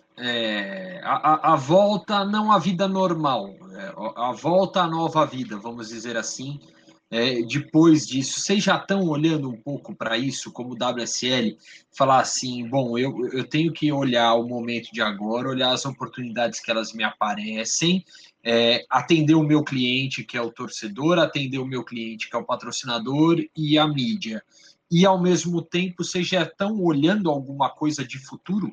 a volta, não à vida normal, a volta à nova vida, vamos dizer assim, depois disso? Vocês já estão olhando um pouco para isso, como WSL, falar assim, bom, eu tenho que olhar o momento de agora, olhar as oportunidades que elas me aparecem, atender o meu cliente, que é o torcedor, atender o meu cliente, que é o patrocinador, e a mídia. E, ao mesmo tempo, vocês já estão olhando alguma coisa de futuro?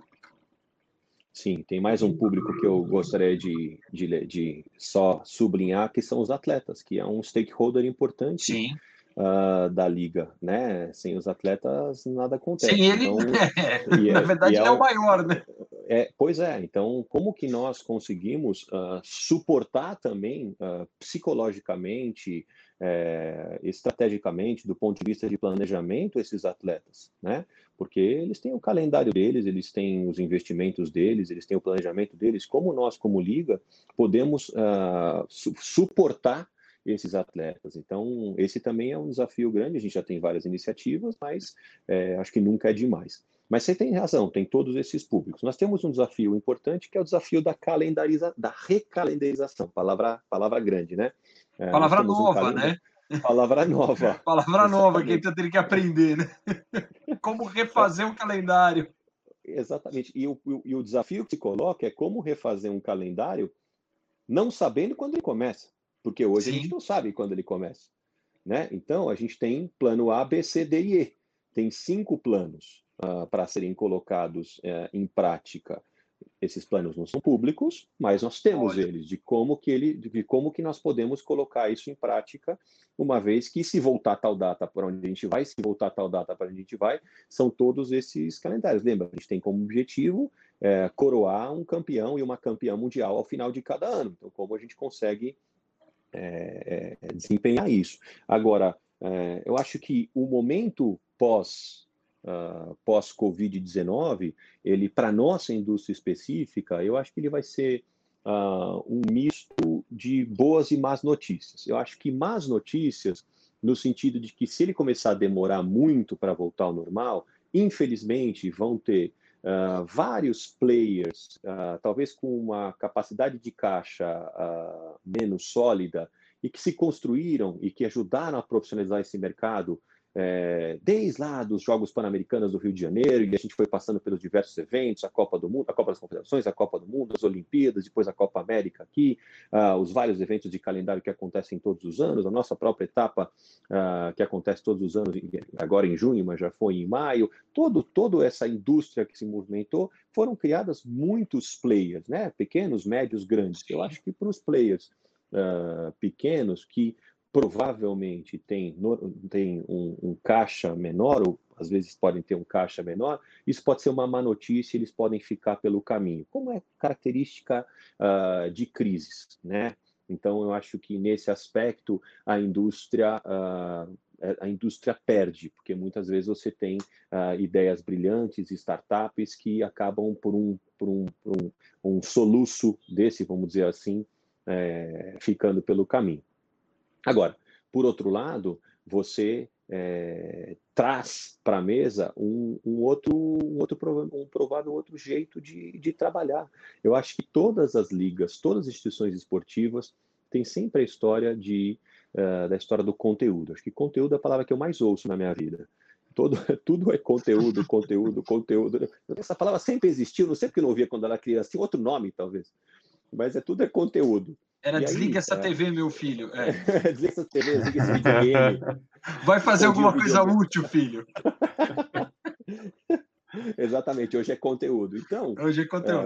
Sim, tem mais um público que eu gostaria de só sublinhar, que são os atletas, que é um stakeholder importante Sim. Da liga, né? Sem os atletas, nada acontece. Sem ele, então, na verdade, ele é o maior, né? Pois é, então, como que nós conseguimos suportar também psicologicamente, estrategicamente, do ponto de vista de planejamento, esses atletas, né? Porque eles têm o calendário deles, eles têm os investimentos deles, eles têm o planejamento deles. Como nós, como liga, podemos suportar esses atletas? Então, esse também é um desafio grande. A gente já tem várias iniciativas, mas acho que nunca é demais. Mas você tem razão, tem todos esses públicos. Nós temos um desafio importante, que é o desafio da recalendarização. Palavra grande, né? Palavra nova, né? Palavra nova. Palavra nova que a gente tem que aprender, né? Como refazer um calendário. Exatamente. E o desafio que se coloca é como refazer um calendário não sabendo quando ele começa. Porque hoje a gente não sabe quando ele começa, né? Então, a gente tem plano A, B, C, D e E. Tem 5 planos para serem colocados em prática. Esses planos não são públicos, mas nós temos eles, de como que nós podemos colocar isso em prática, uma vez que, se voltar tal data para onde a gente vai, se voltar tal data para onde a gente vai, são todos esses calendários. Lembra, a gente tem como objetivo coroar um campeão e uma campeã mundial ao final de cada ano. Então, como a gente consegue desempenhar isso? Agora, eu acho que o momento pós-Covid-19, ele, para nossa indústria específica, eu acho que ele vai ser um misto de boas e más notícias. Eu acho que más notícias, no sentido de que, se ele começar a demorar muito para voltar ao normal, infelizmente vão ter vários players, talvez com uma capacidade de caixa menos sólida, e que se construíram e que ajudaram a profissionalizar esse mercado, desde lá dos Jogos Pan-Americanos do Rio de Janeiro, e a gente foi passando pelos diversos eventos, a Copa do Mundo, a Copa das Confederações, a Copa do Mundo, as Olimpíadas, depois a Copa América aqui, os vários eventos de calendário que acontecem todos os anos, a nossa própria etapa que acontece todos os anos, agora em junho, mas já foi em maio, toda essa indústria que se movimentou, foram criadas muitos players, né? Pequenos, médios, grandes. Eu acho que para os players pequenos que provavelmente tem um caixa menor, ou às vezes podem ter um caixa menor, isso pode ser uma má notícia, eles podem ficar pelo caminho, como é característica de crises, né? Então, eu acho que nesse aspecto a indústria perde, porque muitas vezes você tem ideias brilhantes, startups que acabam por um soluço desse, vamos dizer assim, ficando pelo caminho. Agora, por outro lado, você traz para a mesa um provável outro jeito de trabalhar. Eu acho que todas as ligas, todas as instituições esportivas têm sempre a história da história do conteúdo. Acho que conteúdo é a palavra que eu mais ouço na minha vida. Tudo é conteúdo, conteúdo, conteúdo. Essa palavra sempre existiu, não sei porque eu não ouvia quando era criança, tinha outro nome, talvez. Mas tudo é conteúdo. Era desliga essa TV, meu filho. Desliga essa TV, desliga esse videogame. Vai fazer alguma coisa útil, filho. Exatamente, hoje é conteúdo. Então, hoje é conteúdo.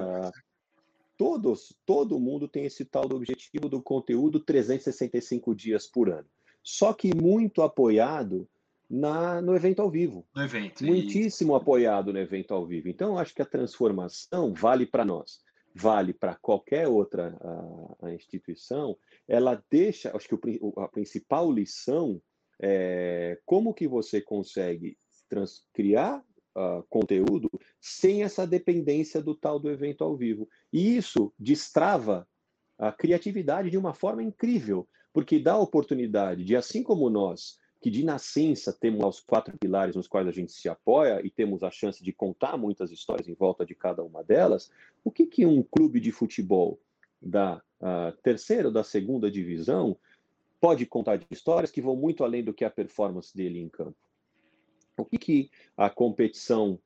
Todo mundo tem esse tal do objetivo do conteúdo 365 dias por ano. Só que muito apoiado no evento ao vivo. No evento. Muitíssimo apoiado no evento ao vivo. Então, acho que a transformação vale para nós. Vale para qualquer outra instituição, ela deixa, acho que a principal lição é como que você consegue criar conteúdo sem essa dependência do tal do evento ao vivo. E isso destrava a criatividade de uma forma incrível, porque dá a oportunidade de, assim como nós, que de nascença temos os 4 pilares nos quais a gente se apoia e temos a chance de contar muitas histórias em volta de cada uma delas, o que um clube de futebol da terceira ou da segunda divisão pode contar de histórias que vão muito além do que a performance dele em campo? O que a competição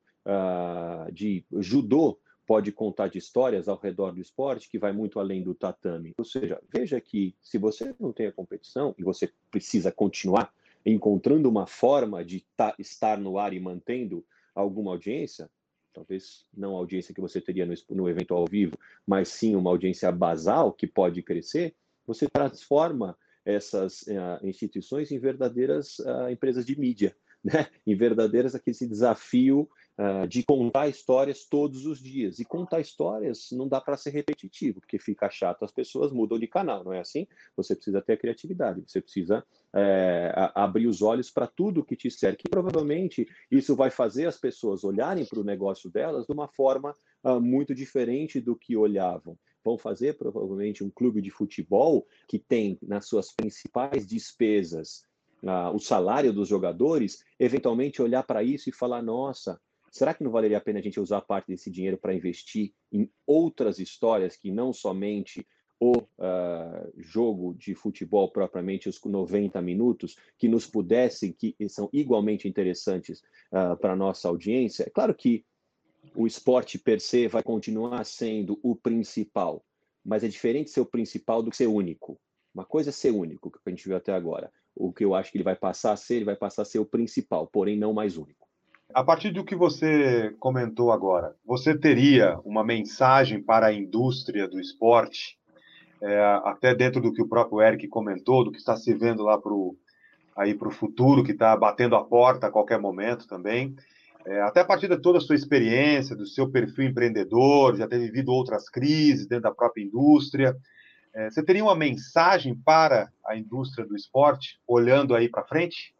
de judô pode contar de histórias ao redor do esporte que vai muito além do tatame? Ou seja, veja que se você não tem a competição e você precisa continuar encontrando uma forma de estar no ar e mantendo alguma audiência, talvez não a audiência que você teria no evento ao vivo, mas sim uma audiência basal que pode crescer, você transforma essas instituições em verdadeiras empresas de mídia, né? Em verdadeiras esse desafio de contar histórias todos os dias. E contar histórias não dá para ser repetitivo, porque fica chato, as pessoas mudam de canal, não é assim? Você precisa ter a criatividade, você precisa abrir os olhos para tudo que te cerca. E provavelmente isso vai fazer as pessoas olharem para o negócio delas de uma forma muito diferente do que olhavam. Vão fazer provavelmente um clube de futebol que tem nas suas principais despesas o salário dos jogadores, eventualmente olhar para isso e falar, nossa, será que não valeria a pena a gente usar parte desse dinheiro para investir em outras histórias que não somente o jogo de futebol propriamente, os 90 minutos, que nos pudessem, que são igualmente interessantes para a nossa audiência? É claro que o esporte per se vai continuar sendo o principal, mas é diferente ser o principal do que ser único. Uma coisa é ser único, que a gente viu até agora. O que eu acho que ele vai passar a ser o principal, porém não mais único. A partir do que você comentou agora, você teria uma mensagem para a indústria do esporte, até dentro do que o próprio Eric comentou, do que está se vendo lá para o futuro, que está batendo a porta a qualquer momento também, até a partir de toda a sua experiência, do seu perfil empreendedor, já ter vivido outras crises dentro da própria indústria, você teria uma mensagem para a indústria do esporte, olhando aí para frente?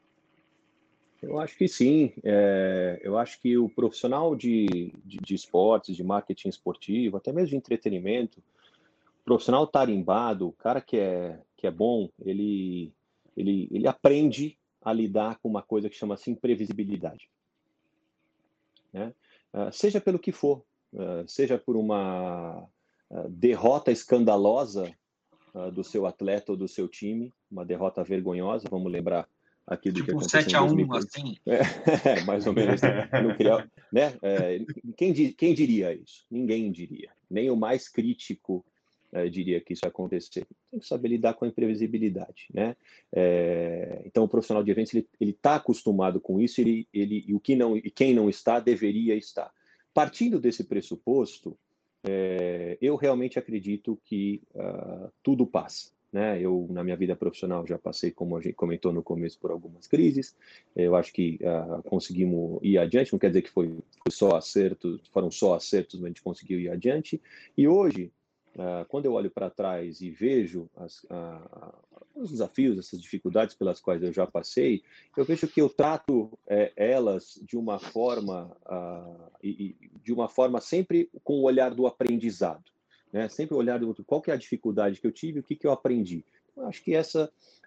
Eu acho que sim. Eu acho que o profissional de esportes, de marketing esportivo, até mesmo de entretenimento, o profissional tarimbado, o cara que é bom, ele aprende a lidar com uma coisa que chama-se imprevisibilidade. Né? Seja pelo que for, seja por uma derrota escandalosa do seu atleta ou do seu time, uma derrota vergonhosa, vamos lembrar aqui do que Tipo um aconteceu em 7-1, 2015. assim. Mais ou menos, não queria, né? Quem diria isso? Ninguém diria. Nem o mais crítico diria que isso ia acontecer. Tem que saber lidar com a imprevisibilidade, né? Então, o profissional de eventos ele está acostumado com isso, e quem não está deveria estar. Partindo desse pressuposto, eu realmente acredito que tudo passa. Né? Eu, na minha vida profissional, já passei, como a gente comentou no começo, por algumas crises. Eu acho que conseguimos ir adiante, não quer dizer que foi só acertos, foram só acertos, mas a gente conseguiu ir adiante. E hoje, quando eu olho para trás e vejo os desafios, essas dificuldades pelas quais eu já passei, eu vejo que eu trato elas de uma forma de uma forma sempre com o olhar do aprendizado, né? Sempre o olhar do qual que é a dificuldade que eu tive, o que eu aprendi. Eu acho que essas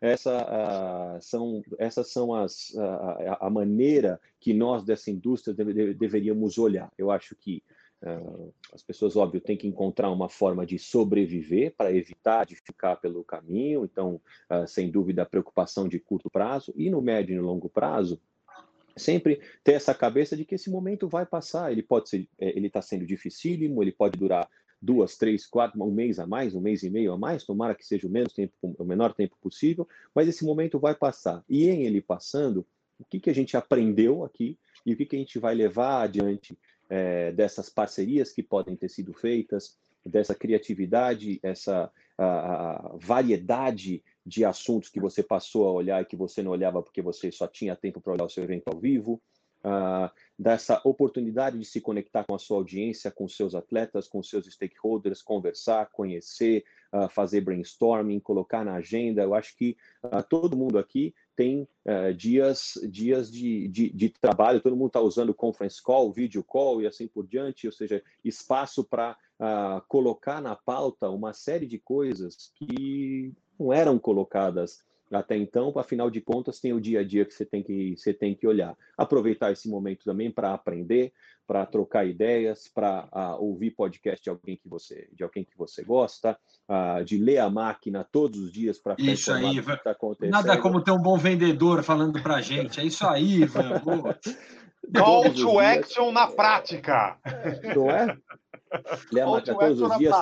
são a maneira que nós dessa indústria deveríamos olhar. Eu acho que as pessoas, óbvio, têm que encontrar uma forma de sobreviver para evitar de ficar pelo caminho. Então, sem dúvida, a preocupação de curto prazo e no médio e no longo prazo, sempre ter essa cabeça de que esse momento vai passar. Ele pode ser, ele está sendo dificílimo, ele pode durar 2, 3, 4, um mês a mais, um mês e meio a mais, tomara que seja o menor tempo possível, mas esse momento vai passar. E em ele passando, o que a gente aprendeu aqui e o que a gente vai levar adiante dessas parcerias que podem ter sido feitas, dessa criatividade, essa variedade de assuntos que você passou a olhar e que você não olhava porque você só tinha tempo para olhar o seu evento ao vivo, dessa oportunidade de se conectar com a sua audiência, com seus atletas, com seus stakeholders, conversar, conhecer, fazer brainstorming, colocar na agenda. Eu acho que todo mundo aqui tem dias de trabalho, todo mundo está usando conference call, video call e assim por diante, ou seja, espaço para colocar na pauta uma série de coisas que não eram colocadas até então. Afinal de contas, tem o dia a dia que você tem que olhar. Aproveitar esse momento também para aprender, para trocar ideias, para ouvir podcast de alguém que você gosta, de ler a máquina todos os dias para ficar Isso aí, informado do que está acontecendo. nada como ter um bom vendedor falando para a gente. É isso aí, Ivan. Call to action na prática. Não é? Ler a máquina todos os dias.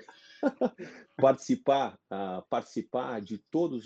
Participar de todos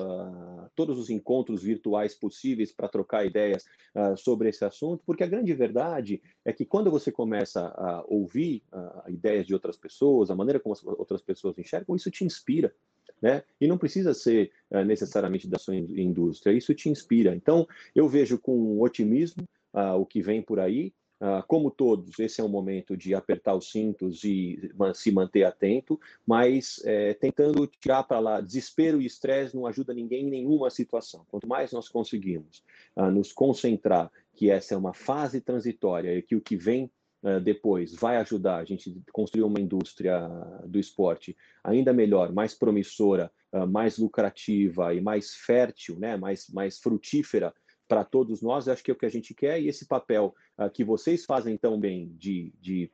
os encontros virtuais possíveis para trocar ideias sobre esse assunto, porque a grande verdade é que quando você começa a ouvir ideias de outras pessoas, a maneira como as outras pessoas enxergam, isso te inspira, né? E não precisa ser necessariamente da sua indústria, isso te inspira. Então, eu vejo com otimismo o que vem por aí. Como todos, esse é um momento de apertar os cintos e se manter atento, mas tentando tirar para lá. Desespero e estresse não ajuda ninguém em nenhuma situação. Quanto mais nós conseguimos nos concentrar que essa é uma fase transitória e que o que vem depois vai ajudar a gente a construir uma indústria do esporte ainda melhor, mais promissora, mais lucrativa e mais fértil, né? mais frutífera para todos nós. Acho que é o que a gente quer, e esse papel que vocês fazem tão bem de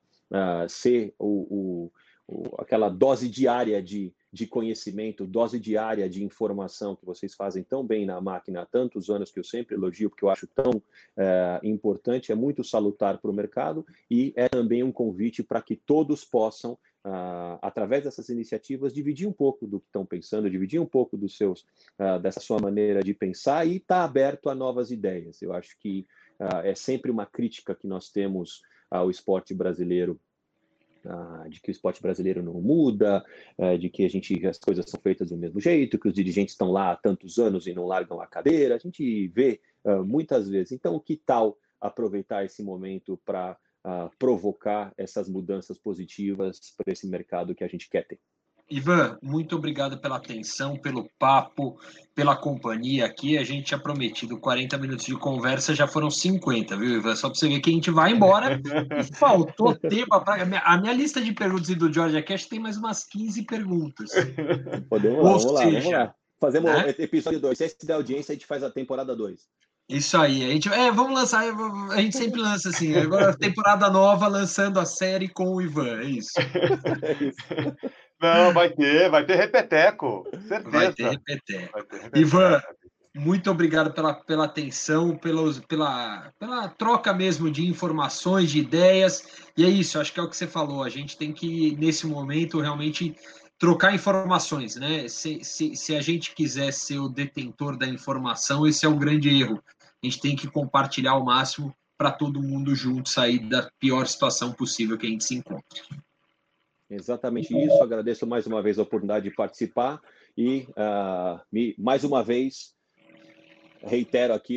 ser aquela dose diária de conhecimento, dose diária de informação que vocês fazem tão bem na máquina há tantos anos, que eu sempre elogio, porque eu acho tão importante, é muito salutar para o mercado, e é também um convite para que todos possam, através dessas iniciativas, dividir um pouco do que estão pensando, dividir um pouco dessa sua maneira de pensar e estar aberto a novas ideias. Eu acho que é sempre uma crítica que nós temos ao esporte brasileiro, de que o esporte brasileiro não muda, de que as coisas são feitas do mesmo jeito, que os dirigentes estão lá há tantos anos e não largam a cadeira. A gente vê muitas vezes. Então, que tal aproveitar esse momento para provocar essas mudanças positivas para esse mercado que a gente quer ter? Ivan, muito obrigado pela atenção, pelo papo, pela companhia aqui. A gente tinha prometido 40 minutos de conversa, já foram 50, viu, Ivan? Só para você ver que a gente vai embora e faltou tempo. A minha lista de perguntas e do Georgia Cash tem mais umas 15 perguntas. Vamos lá. Fazemos o episódio 2. Se esse der audiência, a gente faz a temporada 2. Isso aí, vamos lançar, a gente sempre lança assim, agora temporada nova lançando a série com o Ivan, é isso. Não, vai ter repeteco, certeza. Vai ter repeteco. Ivan, muito obrigado pela atenção, pela troca mesmo de informações, de ideias. E é isso, acho que é o que você falou. A gente tem que, nesse momento, realmente trocar informações, né? Se a gente quiser ser o detentor da informação, esse é um grande erro. A gente tem que compartilhar ao máximo para todo mundo junto sair da pior situação possível que a gente se encontre. Exatamente isso. Agradeço mais uma vez a oportunidade de participar e, mais uma vez, reitero aqui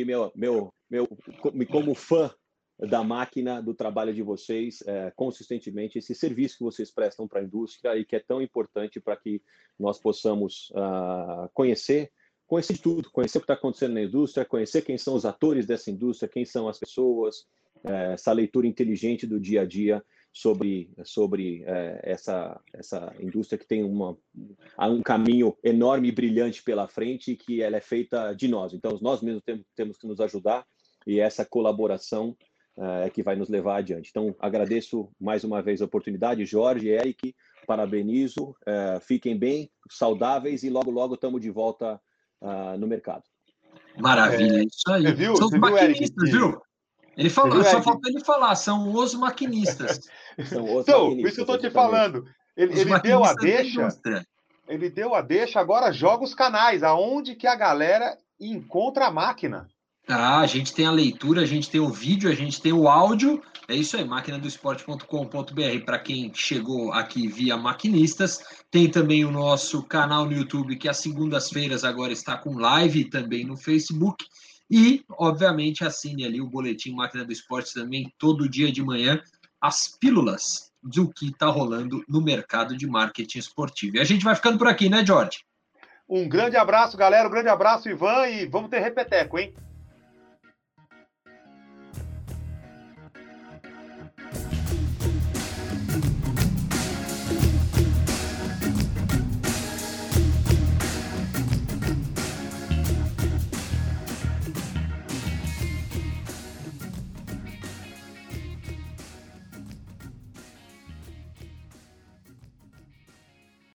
como fã da máquina, do trabalho de vocês, consistentemente, esse serviço que vocês prestam para a indústria e que é tão importante para que nós possamos conhecer de tudo, conhecer o que está acontecendo na indústria, conhecer quem são os atores dessa indústria, quem são as pessoas, essa leitura inteligente do dia a dia sobre essa indústria que tem um caminho enorme e brilhante pela frente e que ela é feita de nós. Então, nós mesmos temos que nos ajudar e essa colaboração é que vai nos levar adiante. Então, agradeço mais uma vez a oportunidade, Jorge, Eric, parabenizo, fiquem bem, saudáveis e logo estamos de volta no mercado. Maravilha, isso aí. São os maquinistas, viu? Ele falou, só faltou ele falar, são os maquinistas. Então, isso que eu estou te falando. Ele deu a deixa. Ele deu a deixa, agora joga os canais, aonde que a galera encontra a máquina. A gente tem a leitura, a gente tem o vídeo, a gente tem o áudio. É isso aí, maquinadoesporte.com.br para quem chegou aqui via Maquinistas. Tem também o nosso canal no YouTube, que às segundas-feiras agora está com live, e também no Facebook. E, obviamente, assine ali o Boletim Máquina do Esporte também, todo dia de manhã, as pílulas do que está rolando no mercado de marketing esportivo. E a gente vai ficando por aqui, né, Jorge? Um grande abraço, galera, um grande abraço, Ivan, e vamos ter repeteco, hein?